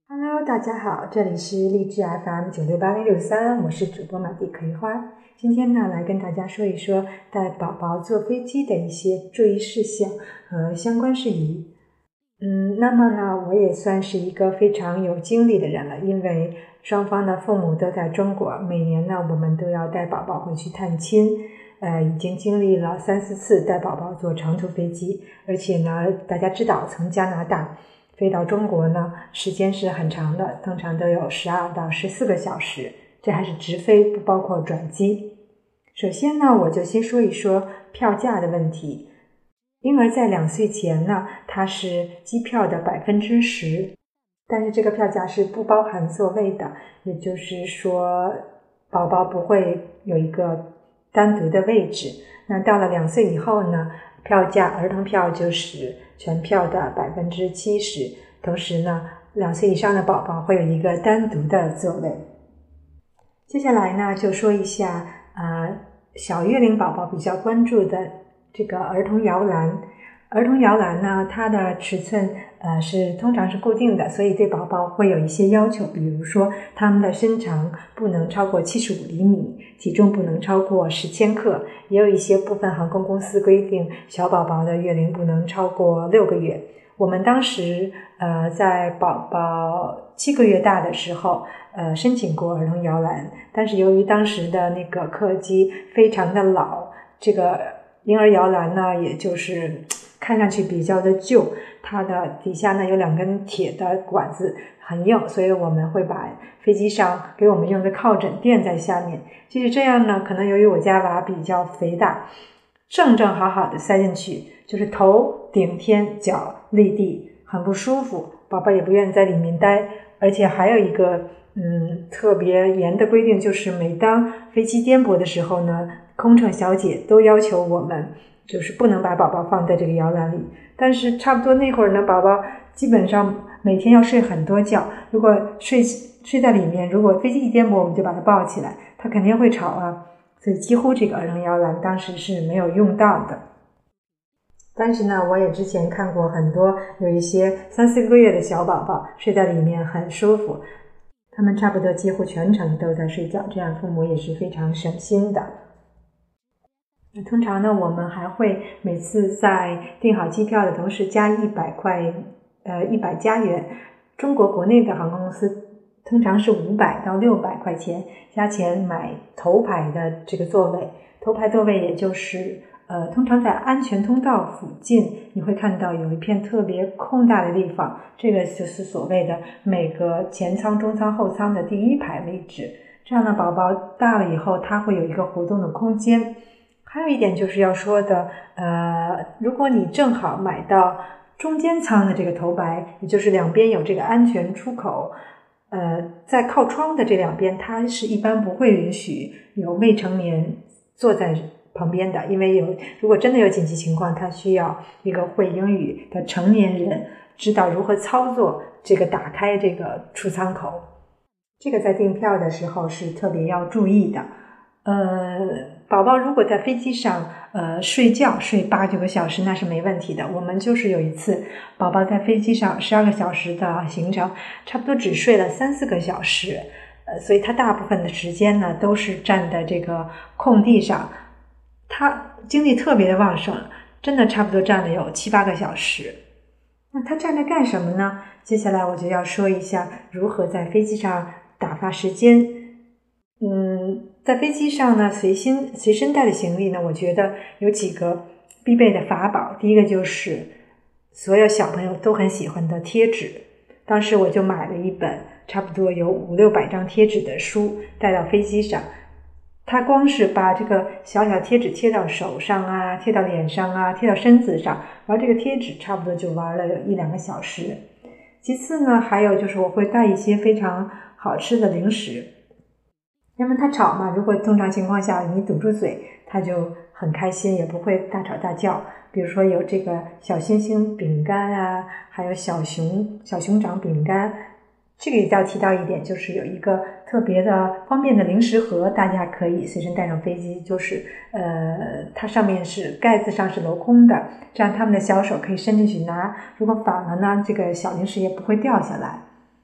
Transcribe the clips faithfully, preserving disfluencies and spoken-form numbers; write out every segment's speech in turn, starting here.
Hello，大家好，这里是荔枝 F M 九六八零六三，我是主播马蒂葵花。今天呢，来跟大家说一说带宝宝坐飞机的一些注意事项和相关事宜。嗯，那么呢，我也算是一个非常有经历的人了，因为双方的父母都在中国，每年呢，我们都要带宝宝回去探亲。呃，已经经历了三四次带宝宝坐长途飞机，而且呢，大家知道从加拿大飞到中国呢，时间是很长的，通常都有十二到十四个小时，这还是直飞，不包括转机。首先呢，我就先说一说票价的问题。婴儿在两岁前呢，它是机票的百分之十，但是这个票价是不包含座位的，也就是说，宝宝不会有一个单独的位置。那到了两岁以后呢，票价儿童票就是全票的百分之七十，同时呢，两岁以上的宝宝会有一个单独的座位。接下来呢，就说一下呃小月龄宝宝比较关注的这个儿童摇篮。儿童摇篮呢，它的尺寸呃是通常是固定的，所以对宝宝会有一些要求，比如说他们的身长不能超过七十五厘米，体重不能超过十千克，也有一些部分航空公司规定小宝宝的月龄不能超过六个月。我们当时呃在宝宝七个月大的时候呃申请过儿童摇篮，但是由于当时的那个客机非常的老，这个婴儿摇篮呢也就是看上去比较的旧，它的底下呢有两根铁的管子很硬，所以我们会把飞机上给我们用的靠枕垫在下面。即使这样呢，可能由于我家娃比较肥大，正正好好的塞进去，就是头顶天，脚立地，很不舒服，宝宝也不愿意在里面待。而且还有一个嗯特别严的规定，就是每当飞机颠簸的时候呢，空乘小姐都要求我们就是不能把宝宝放在这个摇篮里。但是差不多那会儿呢，宝宝基本上每天要睡很多觉，如果睡睡在里面，如果飞机一颠簸，我们就把它抱起来，他肯定会吵啊，所以几乎这个儿童摇篮当时是没有用到的。但是呢，我也之前看过很多有一些三四个月的小宝宝睡在里面很舒服，他们差不多几乎全程都在睡觉，这样父母也是非常省心的。通常呢，我们还会每次在订好机票的同时加一百块呃一百加元，中国国内的航空公司通常是五百到六百块钱加钱买头排的这个座位。头排座位也就是呃，通常在安全通道附近，你会看到有一片特别空大的地方，这个就是所谓的每个前舱、中舱、后舱的第一排位置。这样呢，宝宝大了以后，它会有一个活动的空间。还有一点就是要说的，呃，如果你正好买到中间舱的这个头排，也就是两边有这个安全出口，呃，在靠窗的这两边，它是一般不会允许有未成年坐在旁边的，因为有如果真的有紧急情况，他需要一个会英语的成年人知道如何操作这个打开这个出舱口。这个在订票的时候是特别要注意的。呃，宝宝如果在飞机上呃睡觉睡八九个小时，那是没问题的。我们就是有一次宝宝在飞机上十二个小时的行程，差不多只睡了三四个小时，呃，所以他大部分的时间呢都是站在这个空地上，他精力特别的旺盛，真的差不多站了有七八个小时。那他站着干什么呢？接下来我就要说一下如何在飞机上打发时间。嗯，在飞机上呢，随身随身带的行李呢，我觉得有几个必备的法宝。第一个就是所有小朋友都很喜欢的贴纸，当时我就买了一本差不多有五六百张贴纸的书带到飞机上。他光是把这个小小贴纸贴到手上啊，贴到脸上啊，贴到身子上，玩这个贴纸差不多就玩了有一两个小时。其次呢，还有就是我会带一些非常好吃的零食。因为他吵嘛，如果通常情况下你堵住嘴，他就很开心，也不会大吵大叫。比如说有这个小星星饼干啊，还有小熊小熊掌饼干。这个也要提到一点，就是有一个特别的方便的零食盒，大家可以随身带上飞机，就是呃，它上面是盖子上是镂空的，这样他们的小手可以伸进去拿，如果反了呢，这个小零食也不会掉下来。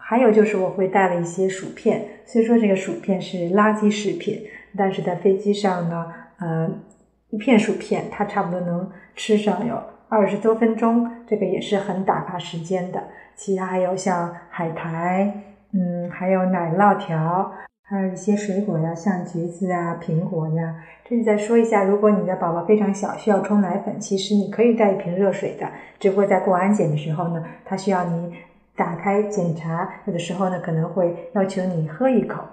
还有就是我会带了一些薯片，虽说这个薯片是垃圾食品，但是在飞机上呢，呃，一片薯片它差不多能吃上有二十多分钟，这个也是很打发时间的。其他还有像海苔，嗯，还有奶酪条，还有一些水果呀，像橘子啊、苹果呀。这里再说一下，如果你的宝宝非常小，需要冲奶粉，其实你可以带一瓶热水的，只不过在过安检的时候呢，它需要你打开检查，有的时候呢可能会要求你喝一口。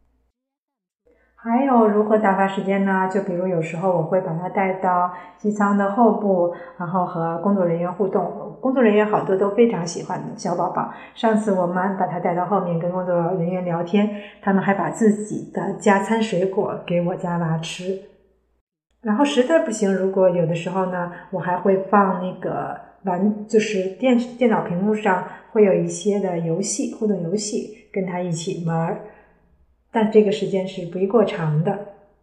还有如何打发时间呢？就比如有时候我会把它带到机舱的后部，然后和工作人员互动。工作人员好多都非常喜欢小宝宝。上次我妈把它带到后面跟工作人员聊天，他们还把自己的加餐水果给我家娃吃。然后实在不行，如果有的时候呢，我还会放那个玩，就是电电脑屏幕上会有一些的游戏，互动游戏，跟他一起玩。但这个时间是不宜过长的。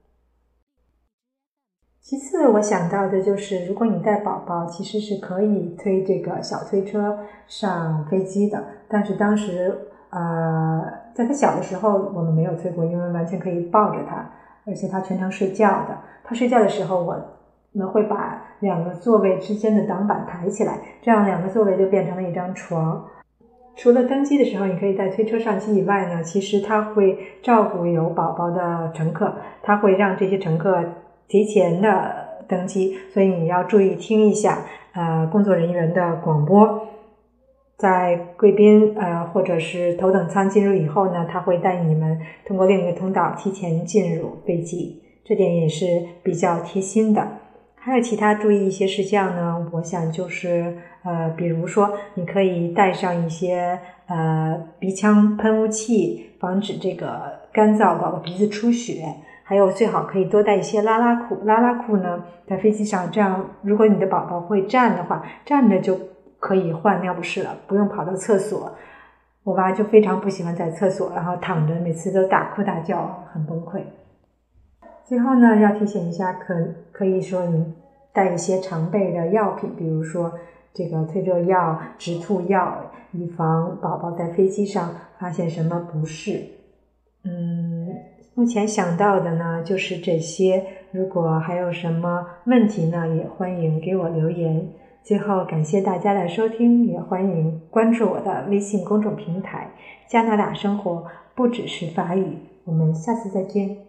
其次我想到的就是，如果你带宝宝，其实是可以推这个小推车上飞机的。但是当时呃，在他小的时候我们没有推过，因为完全可以抱着他，而且他全程睡觉的。他睡觉的时候，我们会把两个座位之间的挡板抬起来，这样两个座位就变成了一张床。除了登机的时候你可以带推车上机以外呢，其实他会照顾有宝宝的乘客，他会让这些乘客提前的登机，所以你要注意听一下呃工作人员的广播。在贵宾呃或者是头等舱进入以后呢，他会带你们通过另一个通道提前进入飞机，这点也是比较贴心的。还有其他注意一些事项呢，我想就是呃，比如说你可以带上一些呃鼻腔喷雾器，防止这个干燥宝宝鼻子出血。还有最好可以多带一些拉拉裤，拉拉裤呢在飞机上，这样如果你的宝宝会站的话，站着就可以换尿不湿了，不用跑到厕所。我娃就非常不喜欢在厕所，然后躺着每次都大哭大叫，很崩溃。最后呢，要提醒一下，可可以说你带一些常备的药品，比如说这个退热药、止吐药，以防宝宝在飞机上发现什么不适。嗯，目前想到的呢就是这些，如果还有什么问题呢，也欢迎给我留言。最后感谢大家的收听，也欢迎关注我的微信公众平台加拿大生活不只是法语。我们下次再见。